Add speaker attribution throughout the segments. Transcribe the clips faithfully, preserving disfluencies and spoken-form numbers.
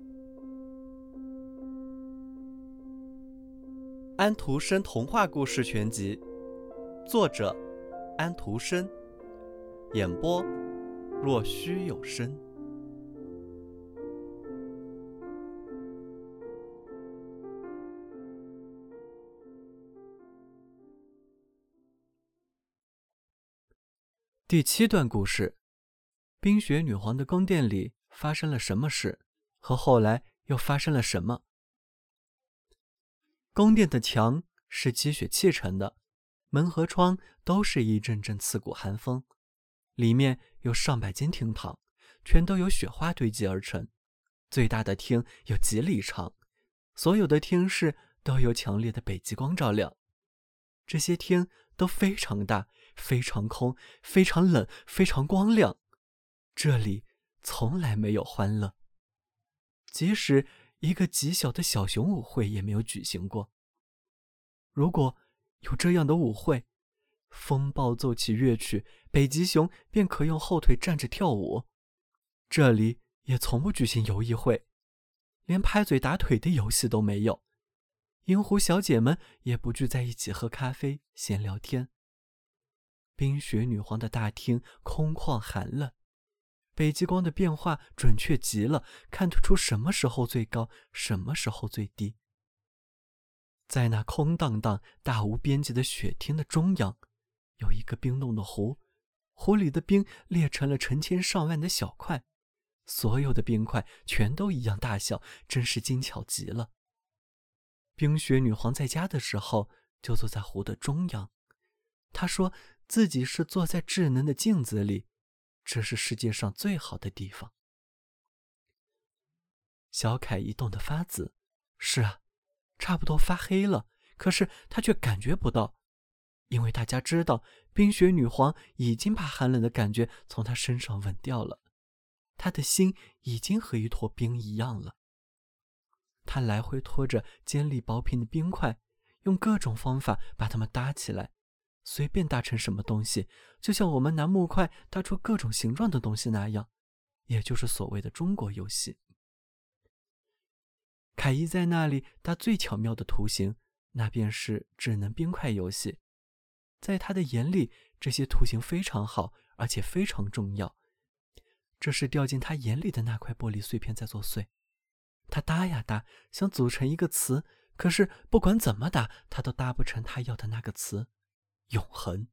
Speaker 1: 安徒生童话故事全集，作者安徒生，演播若虚有声。第七段故事：冰雪女皇的宫殿里发生了什么事，和后来又发生了什么？宫殿的墙是积雪砌成的，门和窗都是一阵阵刺骨寒风，里面有上百间厅堂，全都由雪花堆积而成。最大的厅有几里长，所有的厅室都有强烈的北极光照亮。这些厅都非常大，非常空，非常冷，非常光亮。这里从来没有欢乐，即使一个极小的小熊舞会也没有举行过。如果有这样的舞会，风暴奏起乐曲，北极熊便可用后腿站着跳舞。这里也从不举行游艺会，连拍嘴打腿的游戏都没有。银狐小姐们也不聚在一起喝咖啡闲聊天。冰雪女皇的大厅空旷寒冷，北极光的变化准确极了，看得出什么时候最高，什么时候最低。在那空荡荡大无边际的雪厅的中央，有一个冰冻的湖，湖里的冰裂成了成千上万的小块，所有的冰块全都一样大小，真是精巧极了。冰雪女皇在家的时候就坐在湖的中央，她说自己是坐在智能的镜子里，这是世界上最好的地方。小凯一冻得发紫，是啊，差不多发黑了，可是他却感觉不到，因为大家知道冰雪女皇已经把寒冷的感觉从他身上吻掉了，他的心已经和一坨冰一样了。他来回拖着尖利薄平的冰块，用各种方法把它们搭起来，随便搭成什么东西，就像我们拿木块搭出各种形状的东西那样，也就是所谓的中国游戏。凯伊在那里搭最巧妙的图形，那便是智能冰块游戏。在他的眼里，这些图形非常好，而且非常重要。这是掉进他眼里的那块玻璃碎片在作祟。他搭呀搭，想组成一个词，可是不管怎么搭，他都搭不成他要的那个词——永恒。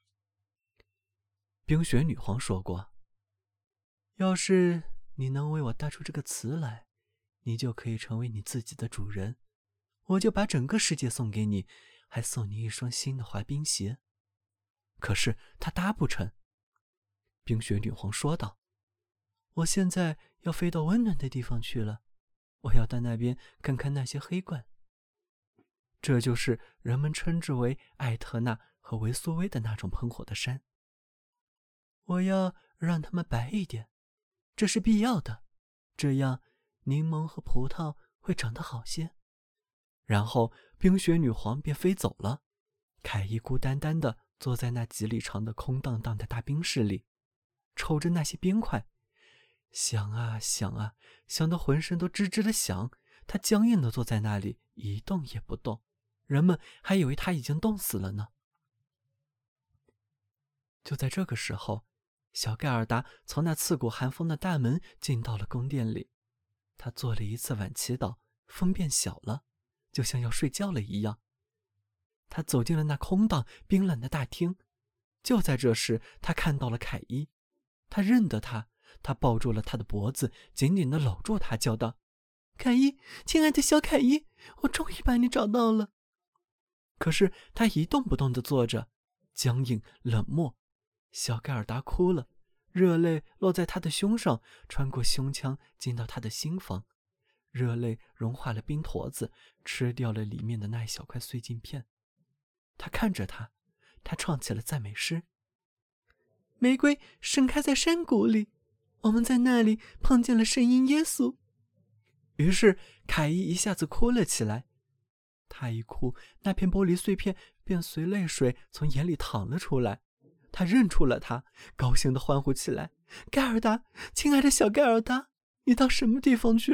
Speaker 1: 冰雪女皇说过，要是你能为我搭出这个词来，你就可以成为你自己的主人，我就把整个世界送给你，还送你一双新的滑冰鞋。可是他搭不成。冰雪女皇说道，我现在要飞到温暖的地方去了，我要到那边看看那些黑鹳。这就是人们称之为艾特纳和维苏威的那种喷火的山。我要让它们白一点，这是必要的，这样柠檬和葡萄会长得好些。然后冰雪女皇便飞走了，凯伊孤单单地坐在那几里长的空荡荡的大冰室里，瞅着那些冰块，想啊想啊，想得浑身都吱吱地响。他僵硬地坐在那里，一动也不动，人们还以为他已经冻死了呢。就在这个时候，小盖尔达从那刺骨寒风的大门进到了宫殿里。他做了一次晚祈祷，风变小了，就像要睡觉了一样。他走进了那空荡冰冷的大厅。就在这时，他看到了凯伊，他认得他，他抱住了他的脖子，紧紧地搂住他，叫道，凯伊，亲爱的小凯伊，我终于把你找到了。可是他一动不动地坐着，僵硬冷漠。小盖尔达哭了，热泪落在他的胸上，穿过胸腔进到他的心房，热泪融化了冰坨子，吃掉了里面的那一小块碎镜片。他看着他，他唱起了赞美诗。玫瑰盛开在山谷里，我们在那里碰见了圣婴耶稣。于是凯伊一下子哭了起来。他一哭，那片玻璃碎片便随泪水从眼里淌了出来。他认出了他，高兴地欢呼起来，盖尔达，亲爱的小盖尔达，你到什么地方去了？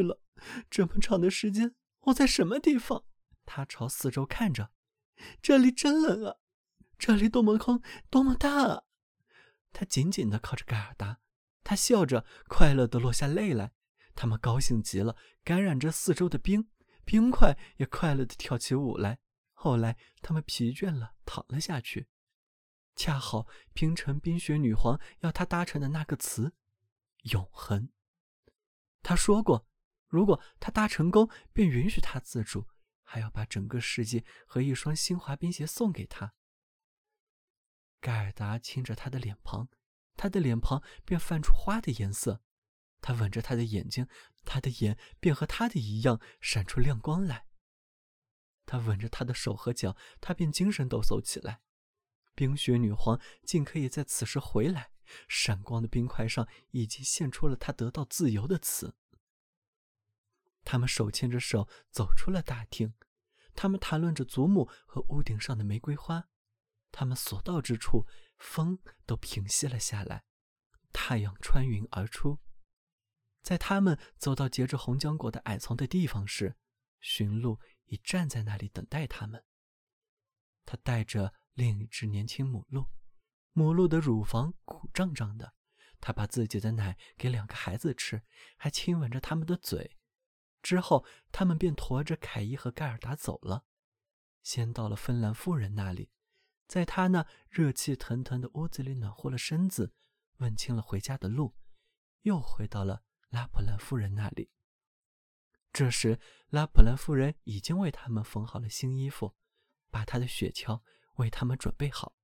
Speaker 1: 这么长的时间，我在什么地方？他朝四周看着，这里真冷啊，这里多么空，多么大啊！他紧紧地靠着盖尔达，他笑着，快乐地落下泪来。他们高兴极了，感染着四周的冰，冰块也快乐地跳起舞来。后来他们疲倦了，躺了下去。恰好冰城冰雪女皇要他搭乘的那个词——永恒。他说过，如果他搭成功，便允许他自主，还要把整个世界和一双新滑冰鞋送给他。盖尔达亲着他的脸庞，他的脸庞便泛出花的颜色。他吻着他的眼睛，他的眼便和他的一样闪出亮光来。他吻着他的手和脚，他便精神抖擞起来。冰雪女皇竟可以在此时回来，闪光的冰块上已经现出了他得到自由的词。他们手牵着手走出了大厅，他们谈论着祖母和屋顶上的玫瑰花。他们所到之处，风都平息了下来，太阳穿云而出。在他们走到结着红浆果的矮丛的地方时，驯鹿已站在那里等待他们。他带着另一只年轻母鹿，母鹿的乳房鼓胀胀的，他把自己的奶给两个孩子吃，还亲吻着他们的嘴。之后他们便驮着凯伊和盖尔达走了，先到了芬兰夫人那里，在他那热气腾腾的屋子里暖和了身子，问清了回家的路，又回到了拉普兰夫人那里。这时拉普兰夫人已经为他们缝好了新衣服，把她的雪橇为他们准备好。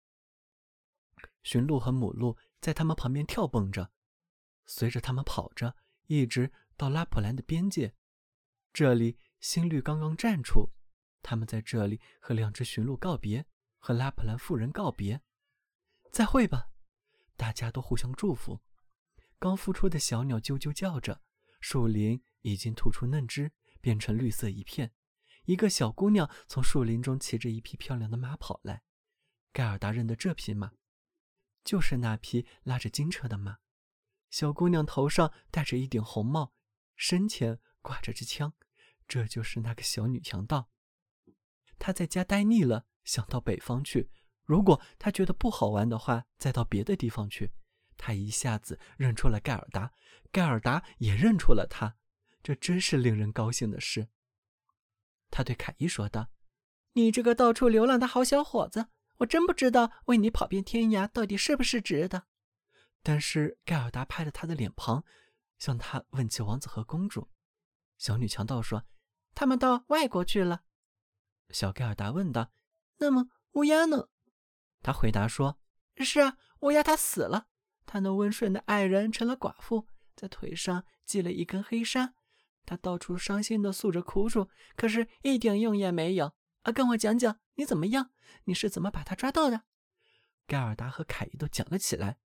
Speaker 1: 驯鹿和母鹿在他们旁边跳蹦着，随着他们跑着，一直到拉普兰的边界。这里新律刚刚站处，他们在这里和两只驯鹿告别，和拉普兰夫人告别。再会吧！大家都互相祝福。刚孵出的小鸟啾啾叫着，树林已经吐出嫩枝，变成绿色一片。一个小姑娘从树林中骑着一匹漂亮的马跑来。盖尔达认得这匹马，就是那匹拉着金车的马。小姑娘头上戴着一顶红帽，身前挂着支枪，这就是那个小女强盗。她在家待腻了，想到北方去。如果她觉得不好玩的话，再到别的地方去。她一下子认出了盖尔达，盖尔达也认出了她，这真是令人高兴的事。他对凯伊说道：“你这个到处流浪的好小伙子，我真不知道为你跑遍天涯到底是不是值得。”但是盖尔达拍了他的脸庞，向他问起王子和公主。小女强盗说：“他们到外国去了。”小盖尔达问道：“那么乌鸦呢？”他回答说：“是啊，乌鸦他死了，他那温顺的爱人成了寡妇，在腿上系了一根黑纱。他到处伤心地诉着苦楚，可是一点用也没有。啊，跟我讲讲你怎么样？你是怎么把他抓到的？”盖尔达和凯伊都讲了起来。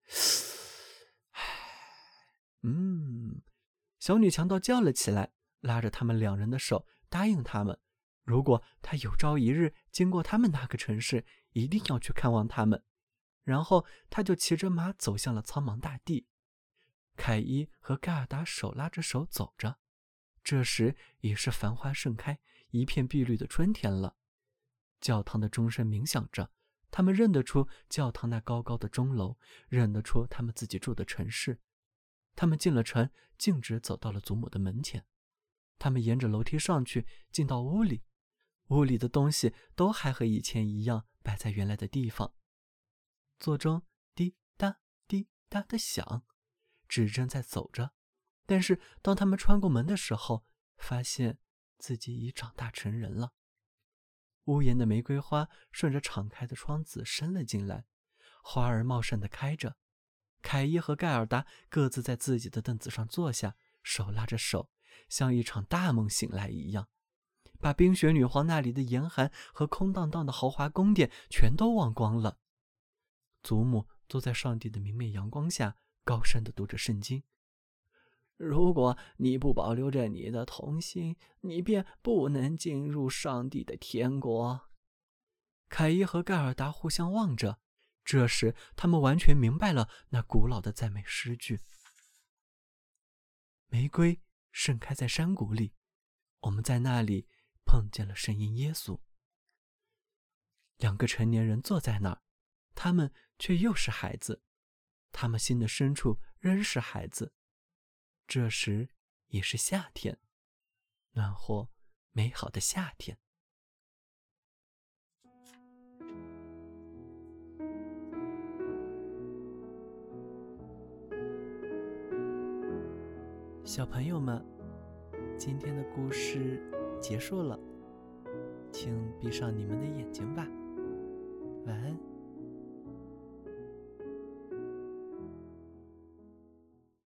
Speaker 1: 嗯，小女强盗叫了起来，拉着他们两人的手，答应他们，如果他有朝一日经过他们那个城市，一定要去看望他们。然后他就骑着马走向了苍茫大地。凯伊和盖尔达手拉着手走着。这时已是繁花盛开，一片碧绿的春天了。教堂的钟声鸣响着，他们认得出教堂那高高的钟楼，认得出他们自己住的城市。他们进了城，径直走到了祖母的门前。他们沿着楼梯上去，进到屋里。屋里的东西都还和以前一样摆在原来的地方。座钟滴答滴答的响，指针在走着。但是当他们穿过门的时候，发现自己已长大成人了。屋檐的玫瑰花顺着敞开的窗子伸了进来，花儿茂盛地开着。凯伊和盖尔达各自在自己的凳子上坐下，手拉着手，像一场大梦醒来一样，把冰雪女皇那里的严寒和空荡荡的豪华宫殿全都忘光了。祖母坐在上帝的明媚阳光下，高声地读着圣经。如果你不保留着你的童心，你便不能进入上帝的天国。凯伊和盖尔达互相望着，这时他们完全明白了那古老的赞美诗句。玫瑰盛开在山谷里，我们在那里碰见了圣婴耶稣。两个成年人坐在那儿，他们却又是孩子，他们心的深处仍是孩子。这时也是夏天，暖和美好的夏天。小朋友们，今天的故事结束了，请闭上你们的眼睛吧，晚安。